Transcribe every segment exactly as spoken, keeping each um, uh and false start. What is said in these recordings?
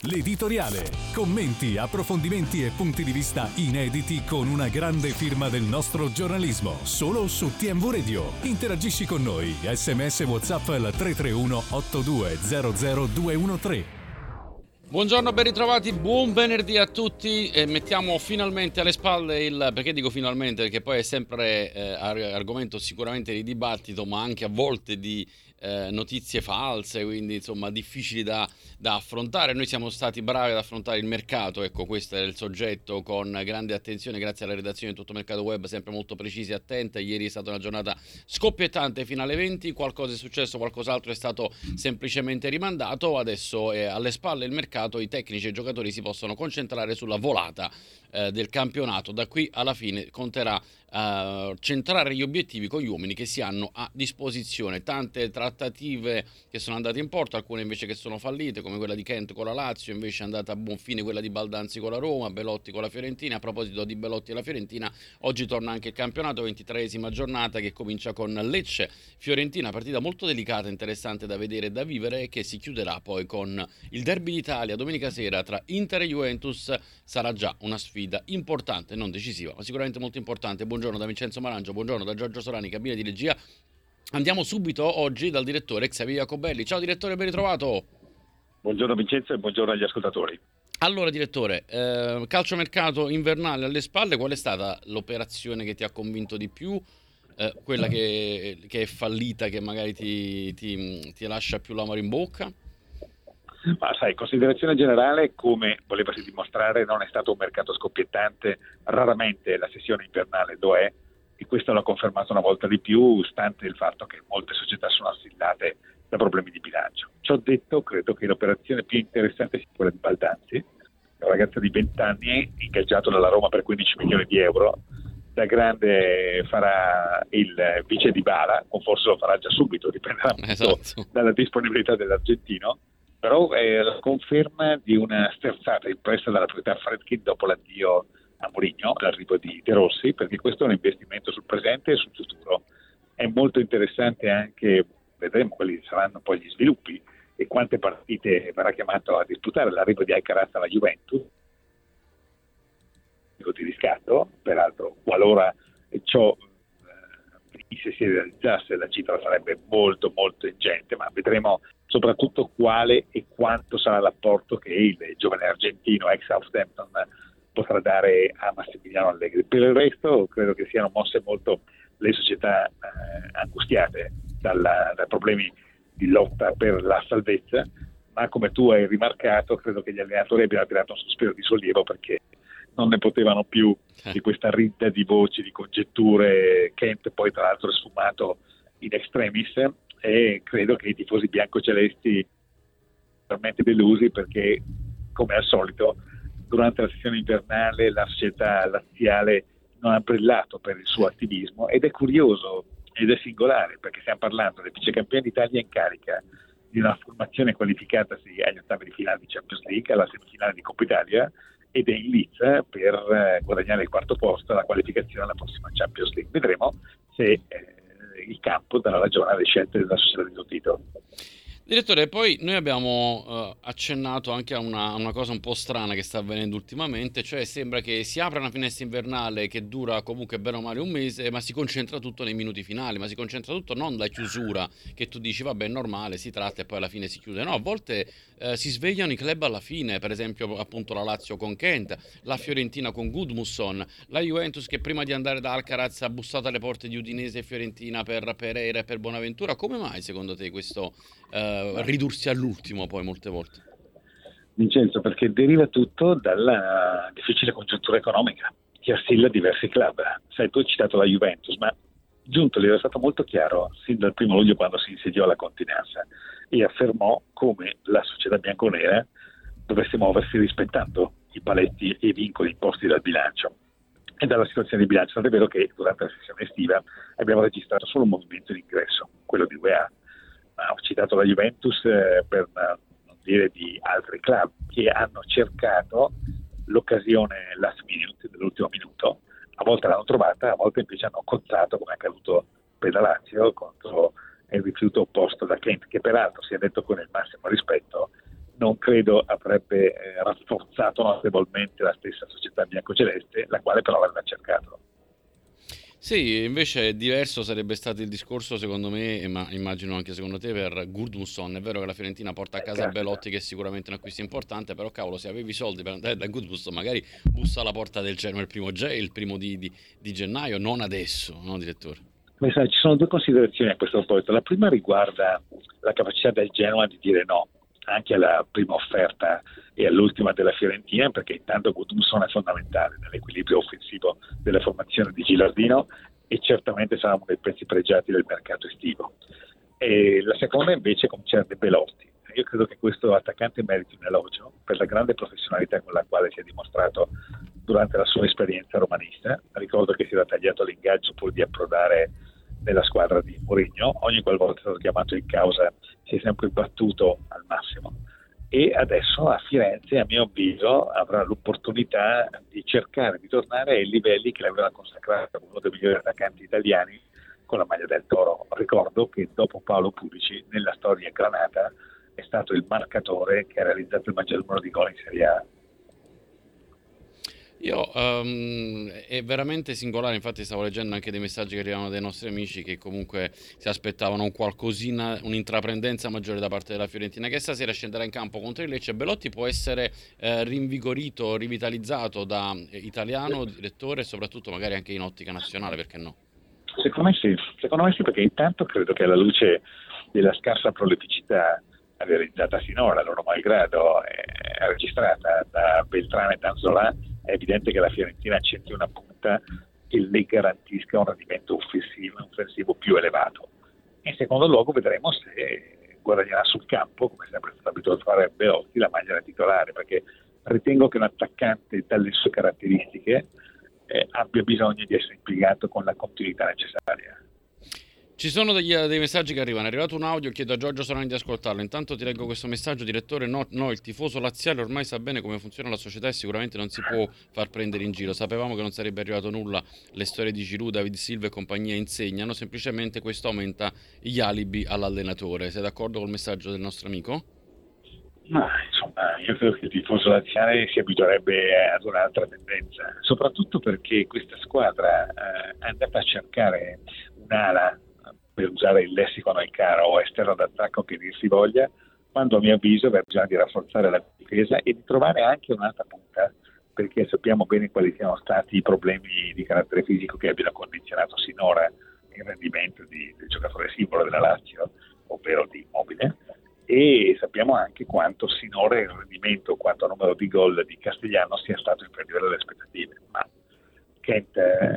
l'editoriale. Commenti, approfondimenti e punti di vista inediti con una grande firma del nostro giornalismo. Solo su T M V Radio. Interagisci con noi. Sms WhatsApp al tre tre uno otto due zero zero due uno tre. Buongiorno, ben ritrovati, buon venerdì a tutti e mettiamo finalmente alle spalle il, perché dico finalmente, perché poi è sempre eh, argomento sicuramente di dibattito, ma anche a volte di eh, notizie false, quindi insomma difficili da, da affrontare. Noi siamo stati bravi ad affrontare il mercato, ecco, questo è il soggetto, con grande attenzione grazie alla redazione di Tutto Mercato Web, sempre molto precisa e attenta. Ieri è stata una giornata scoppiettante fino alle venti, qualcosa è successo, qualcos'altro è stato semplicemente rimandato. Adesso è alle spalle il mercato, i tecnici e i giocatori si possono concentrare sulla volata eh, del campionato. Da qui alla fine conterà uh, centrare gli obiettivi con gli uomini che si hanno a disposizione. Tante trattative che sono andate in porto, alcune invece che sono fallite, come quella di Kent con la Lazio, invece è andata a buon fine quella di Baldanzi con la Roma, Belotti con la Fiorentina. A proposito di Belotti e la Fiorentina, oggi torna anche il campionato, ventitreesima giornata che comincia con Lecce Fiorentina, partita molto delicata, interessante da vedere e da vivere, che si chiuderà poi con il derby d'Italia domenica sera tra Inter e Juventus. Sarà già una sfida importante, non decisiva, ma sicuramente molto importante. Buongiorno da Vincenzo Marangio, buongiorno da Giorgio Solani, cabina di regia. Andiamo subito oggi dal direttore Xavier Jacobelli. Ciao direttore, ben ritrovato. Buongiorno Vincenzo e buongiorno agli ascoltatori. Allora direttore, eh, calciomercato invernale alle spalle, qual è stata l'operazione che ti ha convinto di più? Eh, quella che, che è fallita, che magari ti, ti, ti lascia più l'amaro in bocca? Ma sai, considerazione generale, come volevasi dimostrare, non è stato un mercato scoppiettante, raramente la sessione invernale lo è, e questo l'ha confermato una volta di più, stante il fatto che molte società sono assillate da problemi di bilancio. Ciò detto, credo che l'operazione più interessante sia quella di Baldanzi, un ragazzo di venti anni, ingaggiato dalla Roma per quindici milioni di euro, da grande farà il vice di Bala, o forse lo farà già subito, dipenderà molto esatto. dalla disponibilità dell'argentino, però è la conferma di una sterzata impressa dalla proprietà Fredkin dopo l'addio a Mourinho, l'arrivo di De Rossi, perché questo è un investimento sul presente e sul futuro. È molto interessante anche, vedremo quali saranno poi gli sviluppi e quante partite verrà chiamato a disputare l'arrivo di Alcaraz alla Juventus, di riscatto, peraltro qualora ciò eh, se si realizzasse la cifra sarebbe molto molto ingente, ma vedremo soprattutto quale e quanto sarà l'apporto che il giovane argentino ex Southampton potrà dare a Massimiliano Allegri. Per il resto credo che siano mosse molto le società eh, angustiate dalla, dai problemi di lotta per la salvezza, ma come tu hai rimarcato credo che gli allenatori abbiano tirato un sospiro di sollievo, perché non ne potevano più di questa ridda di voci, di congetture. Kent poi tra l'altro è sfumato in extremis, e credo che i tifosi biancocelesti veramente delusi, perché come al solito durante la sessione invernale la società laziale non ha brillato per il suo attivismo, ed è curioso ed è singolare, perché stiamo parlando del vicecampione d'Italia in carica, di una formazione qualificatasi agli ottavi di finale di Champions League, alla semifinale di Coppa Italia, ed è in lizza per eh, guadagnare il quarto posto alla qualificazione alla prossima Champions League. Vedremo se eh, il campo darà ragione alle scelte della società di Totito. Direttore, poi noi abbiamo uh, accennato anche a una, una cosa un po' strana che sta avvenendo ultimamente, cioè sembra che si apra una finestra invernale che dura comunque bene o male un mese, ma si concentra tutto nei minuti finali, ma si concentra tutto non la chiusura, che tu dici vabbè è normale, si tratta e poi alla fine si chiude. No, a volte uh, si svegliano i club alla fine, per esempio appunto la Lazio con Kent, la Fiorentina con Gudmundsson, la Juventus che prima di andare da Alcaraz ha bussato alle porte di Udinese e Fiorentina per Pereira e per Bonaventura. Come mai secondo te questo uh, ridursi all'ultimo poi molte volte? Vincenzo, perché deriva tutto dalla difficile congiuntura economica che assilla diversi club. Sai, tu hai citato la Juventus, ma Giuntoli era stato molto chiaro sin dal primo luglio, quando si insediò alla continenza, e affermò come la società bianconera dovesse muoversi rispettando i paletti e i vincoli imposti dal bilancio e dalla situazione di bilancio. Tant'è vero che durante la sessione estiva abbiamo registrato solo un movimento di ingresso, quello di U E A. Ho citato la Juventus eh, per non dire di altri club che hanno cercato l'occasione last minute, dell'ultimo minuto, a volte l'hanno trovata, a volte invece hanno cozzato, come è accaduto per la Lazio contro il rifiuto opposto da Kent, che peraltro, si è detto con il massimo rispetto, non credo avrebbe eh, rafforzato notevolmente la stessa società biancoceleste, la quale però l'aveva cercato. Sì, invece diverso sarebbe stato il discorso secondo me, ma immagino anche secondo te, per Gudmundsson. È vero che la Fiorentina porta a casa Caspita. Belotti, che è sicuramente un acquisto importante, però cavolo, se avevi i soldi per andare da Gudmundsson, magari bussa alla porta del Genoa il primo, ge- il primo di, di, di gennaio, non adesso, no direttore? Beh, sai, ci sono due considerazioni a questo proposito. La prima riguarda la capacità del Genoa di dire no anche alla prima offerta e all'ultima della Fiorentina, perché intanto Gudmundsson è fondamentale nell'equilibrio offensivo della formazione di Gilardino e certamente sarà uno dei pezzi pregiati del mercato estivo. E la seconda invece concerne Belotti. Io credo che questo attaccante meriti un elogio per la grande professionalità con la quale si è dimostrato durante la sua esperienza romanista. Ricordo che si era tagliato l'ingaggio pur di approdare nella squadra di Mourinho. Ogni qualvolta è stato chiamato in causa si è sempre battuto al massimo, e adesso a Firenze, a mio avviso, avrà l'opportunità di cercare di tornare ai livelli che l'aveva consacrato uno dei migliori attaccanti italiani con la maglia del Toro. Ricordo che dopo Paolo Pulici nella storia granata è stato il marcatore che ha realizzato il maggior numero di gol in Serie A. Io um, è veramente singolare, infatti stavo leggendo anche dei messaggi che arrivavano dai nostri amici che comunque si aspettavano un qualcosina, un'intraprendenza maggiore da parte della Fiorentina, che stasera scenderà in campo contro il Lecce. Belotti può essere eh, rinvigorito, rivitalizzato da eh, italiano, direttore, e soprattutto magari anche in ottica nazionale, perché no? Secondo me sì, secondo me sì, perché intanto credo che alla luce della scarsa prolificità realizzata finora, loro malgrado, è registrata da Beltrame e Danzola, è evidente che la Fiorentina accenti una punta che le garantisca un rendimento offensivo e offensivo più elevato. In secondo luogo vedremo se guadagnerà sul campo, come sempre è stato abituato a fare Belotti, la maglia da titolare, perché ritengo che un attaccante dalle sue caratteristiche eh, abbia bisogno di essere impiegato con la continuità necessaria. Ci sono degli, dei messaggi che arrivano. È arrivato un audio, chiedo a Giorgio Sorani di ascoltarlo. Intanto ti leggo questo messaggio, direttore. No, no, il tifoso laziale ormai sa bene come funziona la società e sicuramente non si può far prendere in giro. Sapevamo che non sarebbe arrivato nulla. Le storie di Giroud, David Silva e compagnia insegnano. Semplicemente questo aumenta gli alibi all'allenatore. Sei d'accordo col messaggio del nostro amico? Ma insomma, io credo che il tifoso laziale si abituerebbe ad un'altra tendenza, soprattutto perché questa squadra eh, è andata a cercare un'ala, per usare il lessico del caro, o esterno d'attacco che dir si voglia, quando a mio avviso aveva bisogno di rafforzare la difesa e di trovare anche un'altra punta, perché sappiamo bene quali siano stati i problemi di carattere fisico che abbiano condizionato sinora il rendimento di, del giocatore simbolo della Lazio, ovvero di Immobile, e sappiamo anche quanto sinora il rendimento, quanto numero di gol di Castigliano sia stato inferiore alle aspettative. Ma Kent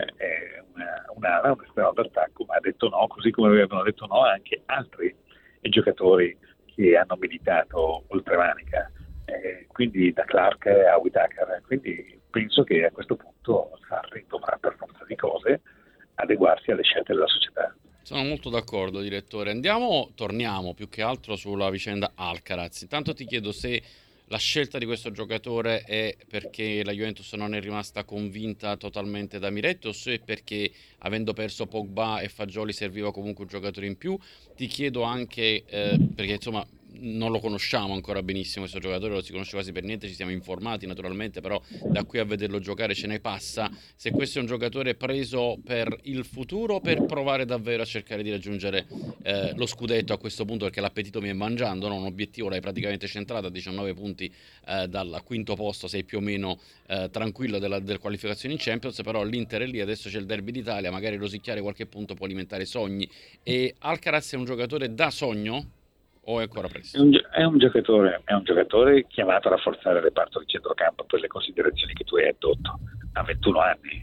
è una, un'ala, un esterno d'attacco, ma ha detto no, così come avevano detto no anche altri giocatori che hanno militato oltremanica, eh, quindi da Clark a Whittaker. Quindi penso che a questo punto Sarri dovrà per forza di cose adeguarsi alle scelte della società. Sono molto d'accordo, direttore. Andiamo, torniamo più che altro sulla vicenda Alcaraz. Intanto ti chiedo se la scelta di questo giocatore è perché la Juventus non è rimasta convinta totalmente da Miretti, o se è perché, avendo perso Pogba e Fagioli, serviva comunque un giocatore in più. Ti chiedo anche, eh, perché insomma non lo conosciamo ancora benissimo questo giocatore, lo si conosce quasi per niente, ci siamo informati naturalmente, però da qui a vederlo giocare ce ne passa, se questo è un giocatore preso per il futuro, per provare davvero a cercare di raggiungere eh, lo scudetto a questo punto, perché l'appetito mi è mangiando, no? Un obiettivo l'hai praticamente centrato a diciannove punti eh, dal quinto posto, sei più o meno eh, tranquillo della, delle qualificazioni in Champions, però l'Inter è lì, adesso c'è il derby d'Italia, magari rosicchiare qualche punto può alimentare sogni. E Alcaraz è un giocatore da sogno? O è ancora presto? È un, è un giocatore, è un giocatore chiamato a rafforzare il reparto di centrocampo per le considerazioni che tu hai addotto. Ha ventuno anni,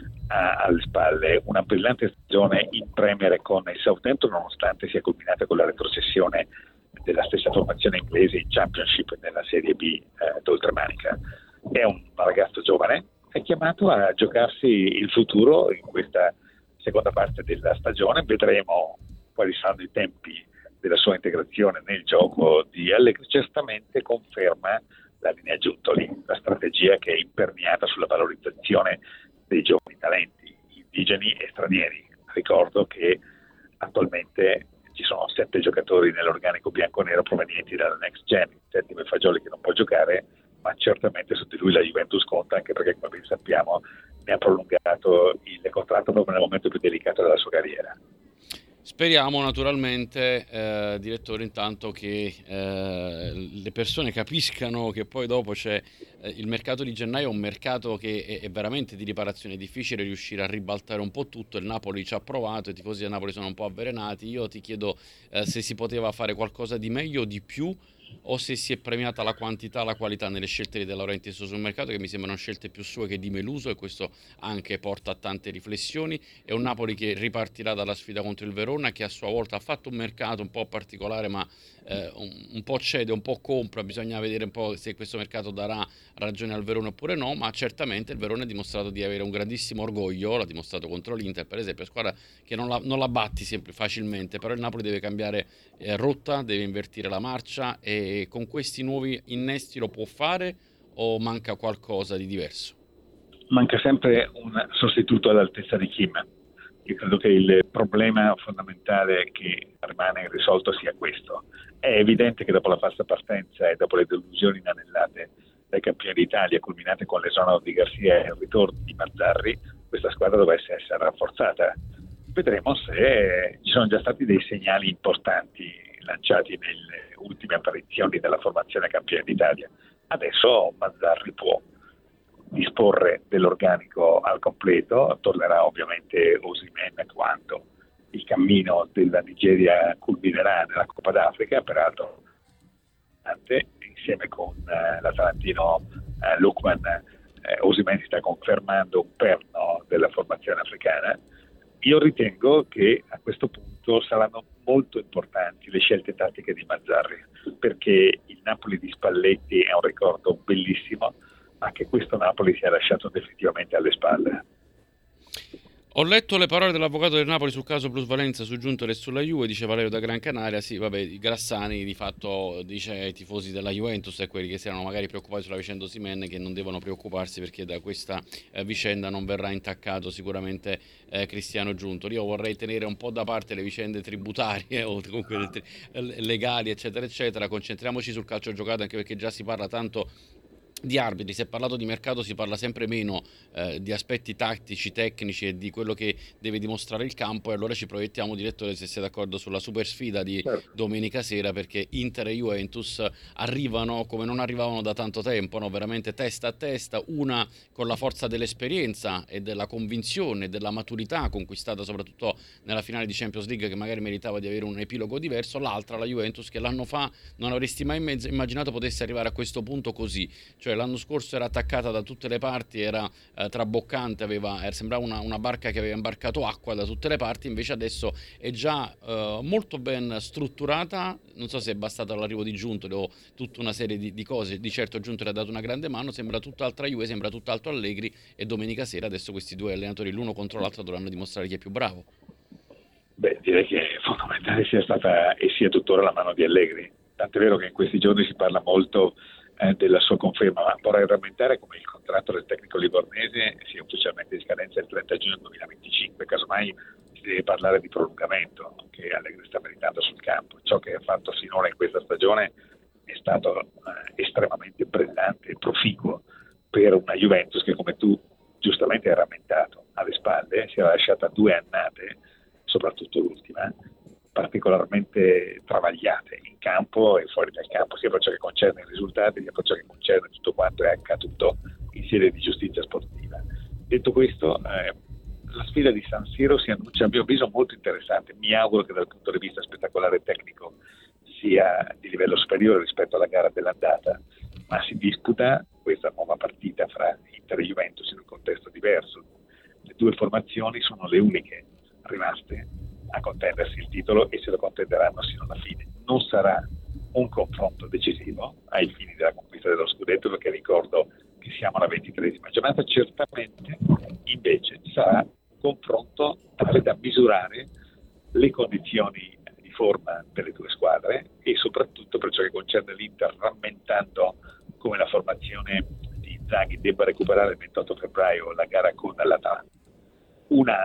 ha alle spalle una brillante stagione in Premier con il Southampton, nonostante sia culminata con la retrocessione della stessa formazione inglese in Championship nella Serie B eh, d'oltremanica. È un ragazzo giovane, è chiamato a giocarsi il futuro in questa seconda parte della stagione. Vedremo quali saranno i tempi della sua integrazione nel gioco di Allegri. Certamente conferma la linea Giuntoli, la strategia che è imperniata sulla valorizzazione dei giovani talenti, indigeni e stranieri. Ricordo che attualmente ci sono sono sette giocatori nell'organico bianconero provenienti dalla Next Gen, il settimo è Fagioli che non può giocare, ma certamente su di lui la Juventus conta, anche perché come ben sappiamo ne ha prolungato il contratto proprio nel momento più delicato della sua carriera. Speriamo naturalmente, eh, direttore, intanto che eh, le persone capiscano che poi dopo c'è eh, il mercato di gennaio, un mercato che è, è veramente di riparazione, è difficile riuscire a ribaltare un po' tutto. Il Napoli ci ha provato, i tifosi del Napoli sono un po' avvelenati. Io ti chiedo eh, se si poteva fare qualcosa di meglio o di più, o se si è premiata la quantità, la qualità nelle scelte di De Laurentiis sul mercato, che mi sembrano scelte più sue che di Meluso, e questo anche porta a tante riflessioni. È un Napoli che ripartirà dalla sfida contro il Verona, che a sua volta ha fatto un mercato un po' particolare, ma eh, un, un po' cede, un po' compra. Bisogna vedere un po' se questo mercato darà ragione al Verona oppure no, ma certamente il Verona ha dimostrato di avere un grandissimo orgoglio, l'ha dimostrato contro l'Inter per esempio, squadra che non la, non la batti sempre facilmente, però il Napoli deve cambiare eh, rotta, deve invertire la marcia, e con questi nuovi innesti lo può fare, o manca qualcosa di diverso? Manca sempre un sostituto all'altezza di Kim. Io credo che il problema fondamentale che rimane irrisolto sia questo. È evidente che dopo la falsa partenza e dopo le delusioni inanellate dai campioni d'Italia, culminate con l'esonero di Garcia e il ritorno di Mazzarri, questa squadra dovesse essere rafforzata. Vedremo se ci sono già stati dei segnali importanti lanciati nelle ultime apparizioni della formazione campione d'Italia. Adesso Mazzarri può disporre dell'organico al completo, tornerà ovviamente Osimhen quando il cammino della Nigeria culminerà nella Coppa d'Africa, peraltro insieme con eh, l'Atalantino eh, Lookman, eh, Osimhen si sta confermando un perno della formazione africana. Io ritengo che a questo punto saranno molto importanti le scelte tattiche di Mazzarri, perché il Napoli di Spalletti è un ricordo bellissimo, ma che questo Napoli si è lasciato definitivamente alle spalle. Ho letto le parole dell'avvocato del Napoli sul caso plusvalenza su Giuntor e sulla Juve, dice Valerio da Gran Canaria. Sì, vabbè, Grassani di fatto dice ai tifosi della Juventus e quelli che si erano magari preoccupati sulla vicenda Osimhen che non devono preoccuparsi, perché da questa eh, vicenda non verrà intaccato sicuramente eh, Cristiano Giuntor. Io vorrei tenere un po' da parte le vicende tributarie o comunque legali eccetera eccetera, concentriamoci sul calcio giocato, anche perché già si parla tanto di arbitri, si è parlato di mercato, si parla sempre meno eh, di aspetti tattici, tecnici e di quello che deve dimostrare il campo, e allora ci proiettiamo, direttore, se sei d'accordo, sulla super sfida di certo. domenica sera, perché Inter e Juventus arrivano come non arrivavano da tanto tempo, no? Veramente testa a testa, una con la forza dell'esperienza e della convinzione, della maturità conquistata soprattutto nella finale di Champions League, che magari meritava di avere un epilogo diverso, l'altra la Juventus che l'anno fa non avresti mai immaginato potesse arrivare a questo punto così, cioè l'anno scorso era attaccata da tutte le parti, era eh, traboccante, aveva, eh, sembrava una, una barca che aveva imbarcato acqua da tutte le parti, invece adesso è già eh, molto ben strutturata. Non so se è bastato l'arrivo di Giuntor o tutta una serie di, di cose, di certo Giuntor ha dato una grande mano, sembra tutt'altra Juve, sembra tutt'altro Allegri, e domenica sera adesso questi due allenatori l'uno contro l'altro dovranno dimostrare chi è più bravo. Beh, direi che fondamentale sia stata e sia tuttora la mano di Allegri, tant'è vero che in questi giorni si parla molto Eh, della sua conferma, ma vorrei rammentare come il contratto del tecnico livornese sia ufficialmente di scadenza il trenta giugno duemilaventicinque, casomai si deve parlare di prolungamento che Allegri sta meritando sul campo. Ciò che ha fatto sinora in questa stagione è stato eh, estremamente brillante e proficuo per una Juventus che, come tu giustamente hai rammentato, alle spalle si era lasciata due annate, soprattutto l'ultima, particolarmente travagliate in campo e fuori dal campo, sia per ciò che concerne i risultati, sia per ciò che concerne tutto quanto è accaduto in sede di giustizia sportiva. Detto questo, eh, la sfida di San Siro si annuncia a mio avviso molto interessante. Mi auguro che dal punto di vista spettacolare e tecnico sia di livello superiore rispetto alla gara dell'andata, ma si disputa questa nuova partita fra Inter e Juventus in un contesto diverso. Le due formazioni sono le uniche rimaste a contendersi il titolo e se lo contenderanno sino alla fine. Non sarà un confronto decisivo ai fini della conquista dello scudetto, perché ricordo che siamo alla ventitreesima giornata, certamente invece sarà un confronto tale da misurare le condizioni di forma delle due squadre e soprattutto per ciò che concerne l'Inter, rammentando come la formazione di Inzaghi debba recuperare il ventotto febbraio la gara con l'Atalanta. Una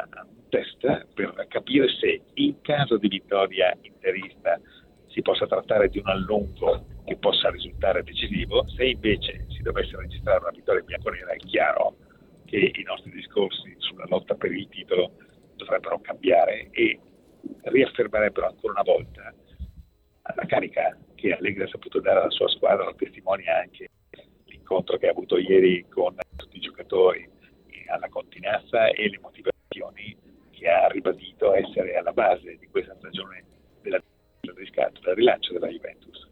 test per capire se in caso di vittoria interista si possa trattare di un allungo che possa risultare decisivo. Se invece si dovesse registrare una vittoria bianconera, è chiaro che i nostri discorsi sulla lotta per il titolo dovrebbero cambiare e riaffermerebbero ancora una volta la carica che Allegri ha saputo dare alla sua squadra. Lo testimonia anche l'incontro che ha avuto ieri con tutti i giocatori alla Continazza e le motivazioni che ha ribadito essere alla base di questa stagione della, del riscatto, del rilancio della Juventus.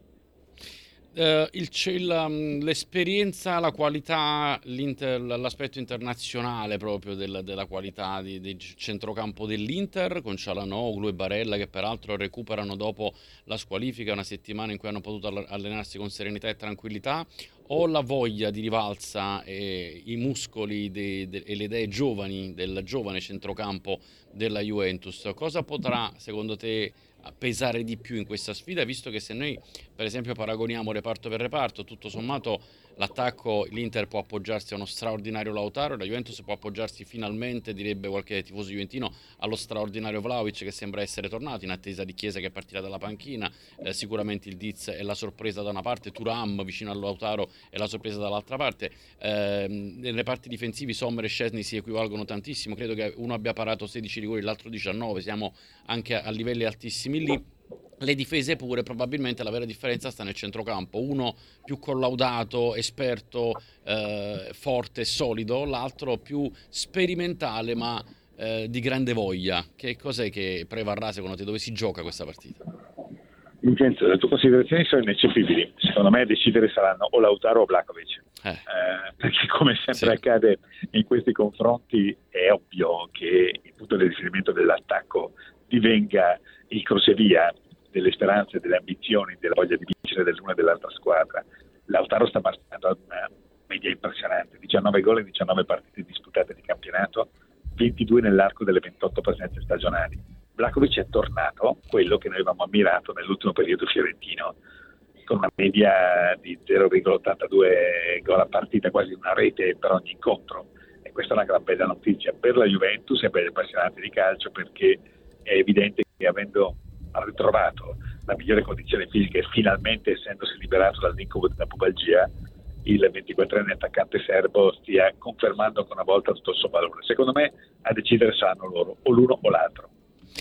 Uh, il, il, l'esperienza, la qualità, l'inter, l'aspetto internazionale proprio del, della qualità di, del centrocampo dell'Inter, con Cialanoglu e Barella, che peraltro recuperano dopo la squalifica, una settimana in cui hanno potuto allenarsi con serenità e tranquillità, o la voglia di rivalsa e i muscoli de, de, e le idee giovani del giovane centrocampo della Juventus? Cosa potrà secondo te pesare di più in questa sfida, visto che se noi per esempio paragoniamo reparto per reparto, tutto sommato l'attacco, l'Inter può appoggiarsi a uno straordinario Lautaro, la Juventus può appoggiarsi finalmente, direbbe qualche tifoso juventino, allo straordinario Vlahovic, che sembra essere tornato in attesa di Chiesa che partirà dalla panchina. Eh, sicuramente il Diz è la sorpresa da una parte, Thuram vicino al Lautaro è la sorpresa dall'altra parte. Eh, nei reparti difensivi Sommer e Szczesny si equivalgono tantissimo, credo che uno abbia parato sedici rigori, l'altro diciannove, siamo anche a livelli altissimi lì. Le difese pure, probabilmente la vera differenza sta nel centrocampo, uno più collaudato, esperto, eh, forte e solido, l'altro più sperimentale ma eh, di grande voglia. Che cos'è che prevarrà secondo te? Dove si gioca questa partita? Vincenzo, le tue considerazioni sono ineccepibili. Secondo me a decidere saranno o Lautaro o Vlahovic, eh. Eh, perché come sempre sì. accade in questi confronti, è ovvio che il punto di riferimento dell'attacco divenga il crocevia delle speranze, delle ambizioni, della voglia di vincere dell'una e dell'altra squadra. Lautaro sta marcando ad una media impressionante, diciannove gol in diciannove partite disputate di campionato, ventidue nell'arco delle ventotto presenze stagionali. Vlahovic è tornato, quello che noi avevamo ammirato nell'ultimo periodo fiorentino, con una media di zero virgola ottantadue gol a partita, quasi una rete per ogni incontro. E questa è una gran bella notizia per la Juventus e per gli appassionati di calcio, perché è evidente che avendo ritrovato la migliore condizione fisica e finalmente essendosi liberato dall'incubo della pubalgia, il ventiquattrenne attaccante serbo stia confermando ancora una volta tutto il suo valore. Secondo me a decidere saranno loro, o l'uno o l'altro.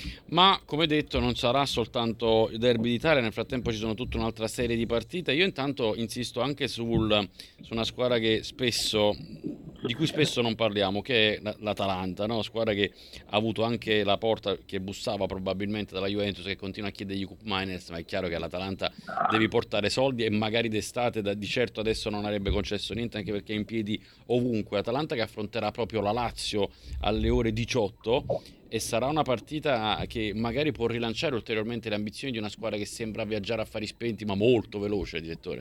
Ma come detto non sarà soltanto il derby d'Italia, nel frattempo ci sono tutta un'altra serie di partite. Io intanto insisto anche sul, su una squadra che spesso, di cui spesso non parliamo, che è l'Atalanta, no? Squadra che ha avuto anche la porta che bussava probabilmente dalla Juventus, che continua a chiedergli Cup Miners, ma è chiaro che all'Atalanta devi portare soldi e magari d'estate da, di certo adesso non avrebbe concesso niente, anche perché è in piedi ovunque. Atalanta che affronterà proprio la Lazio alle ore diciotto e sarà una partita che magari può rilanciare ulteriormente le ambizioni di una squadra che sembra viaggiare a fari spenti ma molto veloce, direttore.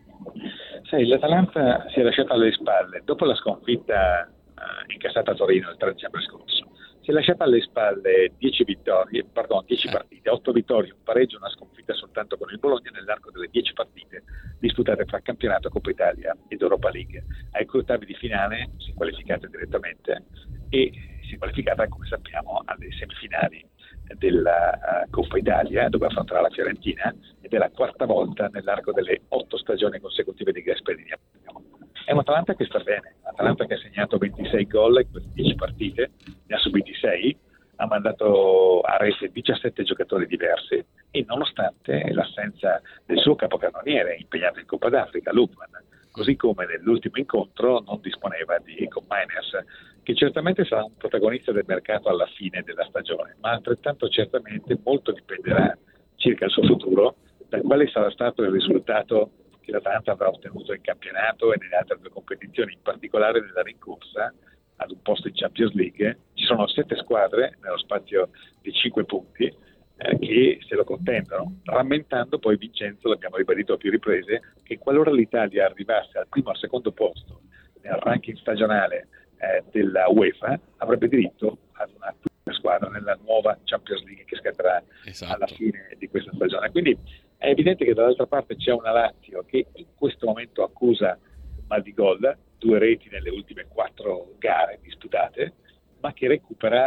Sai, l'Atalanta si è lasciata alle spalle dopo la sconfitta uh, incassata a Torino il tre dicembre scorso. Si è lasciata alle spalle dieci vittorie, pardon, dieci eh. partite, otto vittorie, un pareggio, una sconfitta soltanto con il Bologna nell'arco delle dieci partite disputate fra campionato, Coppa Italia ed Europa League. Ai ottavi di finale si è qualificata direttamente e si è qualificata, come sappiamo, alle semifinali della uh, Coppa Italia, dove affronterà la Fiorentina, ed è la quarta volta nell'arco delle otto stagioni consecutive di Gasperini. È un Atalanta che sta bene, Atalanta che ha segnato ventisei gol in queste dieci partite, ne ha subiti sei, ha mandato a rete diciassette giocatori diversi e nonostante l'assenza del suo capocannoniere impegnato in Coppa d'Africa, Lookman, così come nell'ultimo incontro non disponeva di Cup Miners, che certamente sarà un protagonista del mercato alla fine della stagione, ma altrettanto certamente molto dipenderà circa il suo futuro da quale sarà stato il risultato che l'Atalanta avrà ottenuto in campionato e nelle altre due competizioni, in particolare nella rincorsa ad un posto in Champions League. Ci sono sette squadre nello spazio di cinque punti eh, che se lo contendono, rammentando poi, Vincenzo, l'abbiamo ribadito a più riprese, che qualora l'Italia arrivasse al primo o al secondo posto nel ranking stagionale eh, della UEFA, avrebbe diritto ad una squadra nella nuova Champions League che scatterà esatto. alla fine di questa stagione. Quindi è evidente che dall'altra parte c'è una Lazio che in questo momento accusa un mal di gol, due reti nelle ultime quattro gare disputate, ma che recupera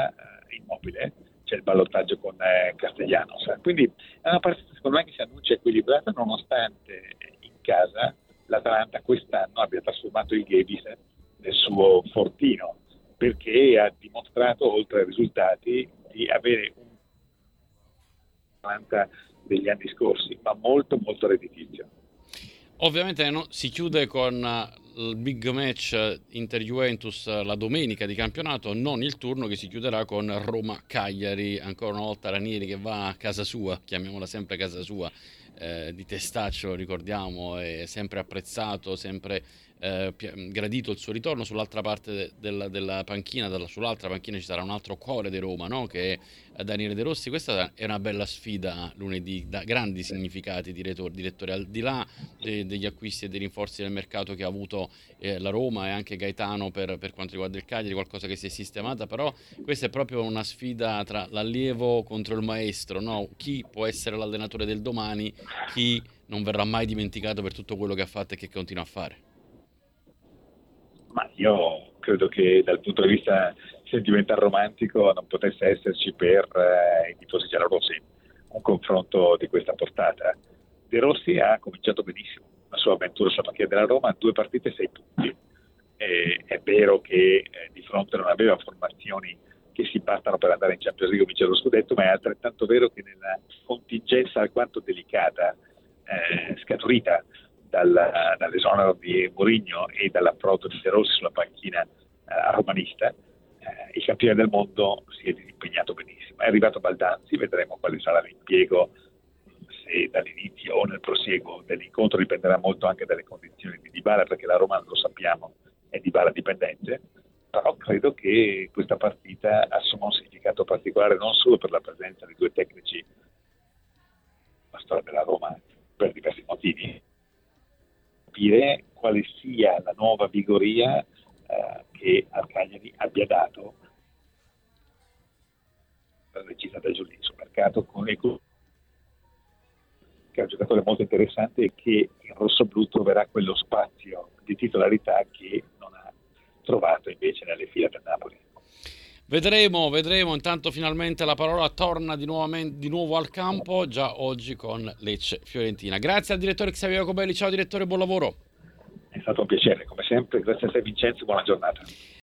Immobile, c'è il ballottaggio con eh, Castellanos, quindi è una partita secondo me che si annuncia equilibrata, nonostante in casa l'Atalanta quest'anno abbia trasformato il Ghevis nel suo fortino, perché ha dimostrato, oltre ai risultati, di avere un Atalanta degli anni scorsi, ma molto molto redditizio. Ovviamente no, si chiude con il big match Inter-Juventus la domenica di campionato, non il turno che si chiuderà con Roma-Cagliari. Ancora una volta Ranieri che va a casa sua, chiamiamola sempre casa sua, eh, di Testaccio, ricordiamo, è sempre apprezzato, sempre eh, gradito il suo ritorno. Sull'altra parte della, della panchina, dalla, sull'altra panchina ci sarà un altro cuore di Roma, no? Che è Daniele De Rossi. Questa è una bella sfida lunedì, da grandi significati, direttore, al di là de, degli acquisti e dei rinforzi del mercato che ha avuto eh, la Roma e anche Gaetano per, per quanto riguarda il Cagliari, qualcosa che si è sistemata, però questa è proprio una sfida tra l'allievo contro il maestro, no? Chi può essere l'allenatore del domani, chi non verrà mai dimenticato per tutto quello che ha fatto e che continua a fare. Ma io credo che dal punto di vista sentimentale romantico non potesse esserci per eh, i tifosi giallorossi un confronto di questa portata. De Rossi ha cominciato benissimo la sua avventura sulla panchina della Roma, due partite e sei punti. E, è vero che eh, di fronte non aveva formazioni che si battano per andare in Champions League o vincere lo scudetto, ma è altrettanto vero che nella contingenza alquanto delicata eh, scaturita dal, dall'esonero di Mourinho e dall'approdo di De Rossi sulla panchina eh, romanista, eh, il campione del mondo si è disimpegnato benissimo. È arrivato Baldanzi, vedremo quale sarà l'impiego, se dall'inizio o nel prosieguo dell'incontro, dipenderà molto anche dalle condizioni di Dybala, perché la Roma, lo sappiamo, è Dybala dipendente, però credo che questa partita assuma un significato particolare non solo per la presenza di due tecnici, la storia della Roma per diversi motivi, capire quale sia la nuova vigoria eh, che al Cagliari abbia dato la decisa da Giulini sul mercato, con Eco, che è un giocatore molto interessante e che in rossoblu troverà quello spazio di titolarità che non ha trovato invece nelle fila del Napoli. Vedremo, vedremo. Intanto finalmente la parola torna di, di nuovo al campo, già oggi con Lecce-Fiorentina. Grazie al direttore Xavier Jacobelli. Ciao direttore, buon lavoro. È stato un piacere, come sempre. Grazie a te Vincenzo, buona giornata.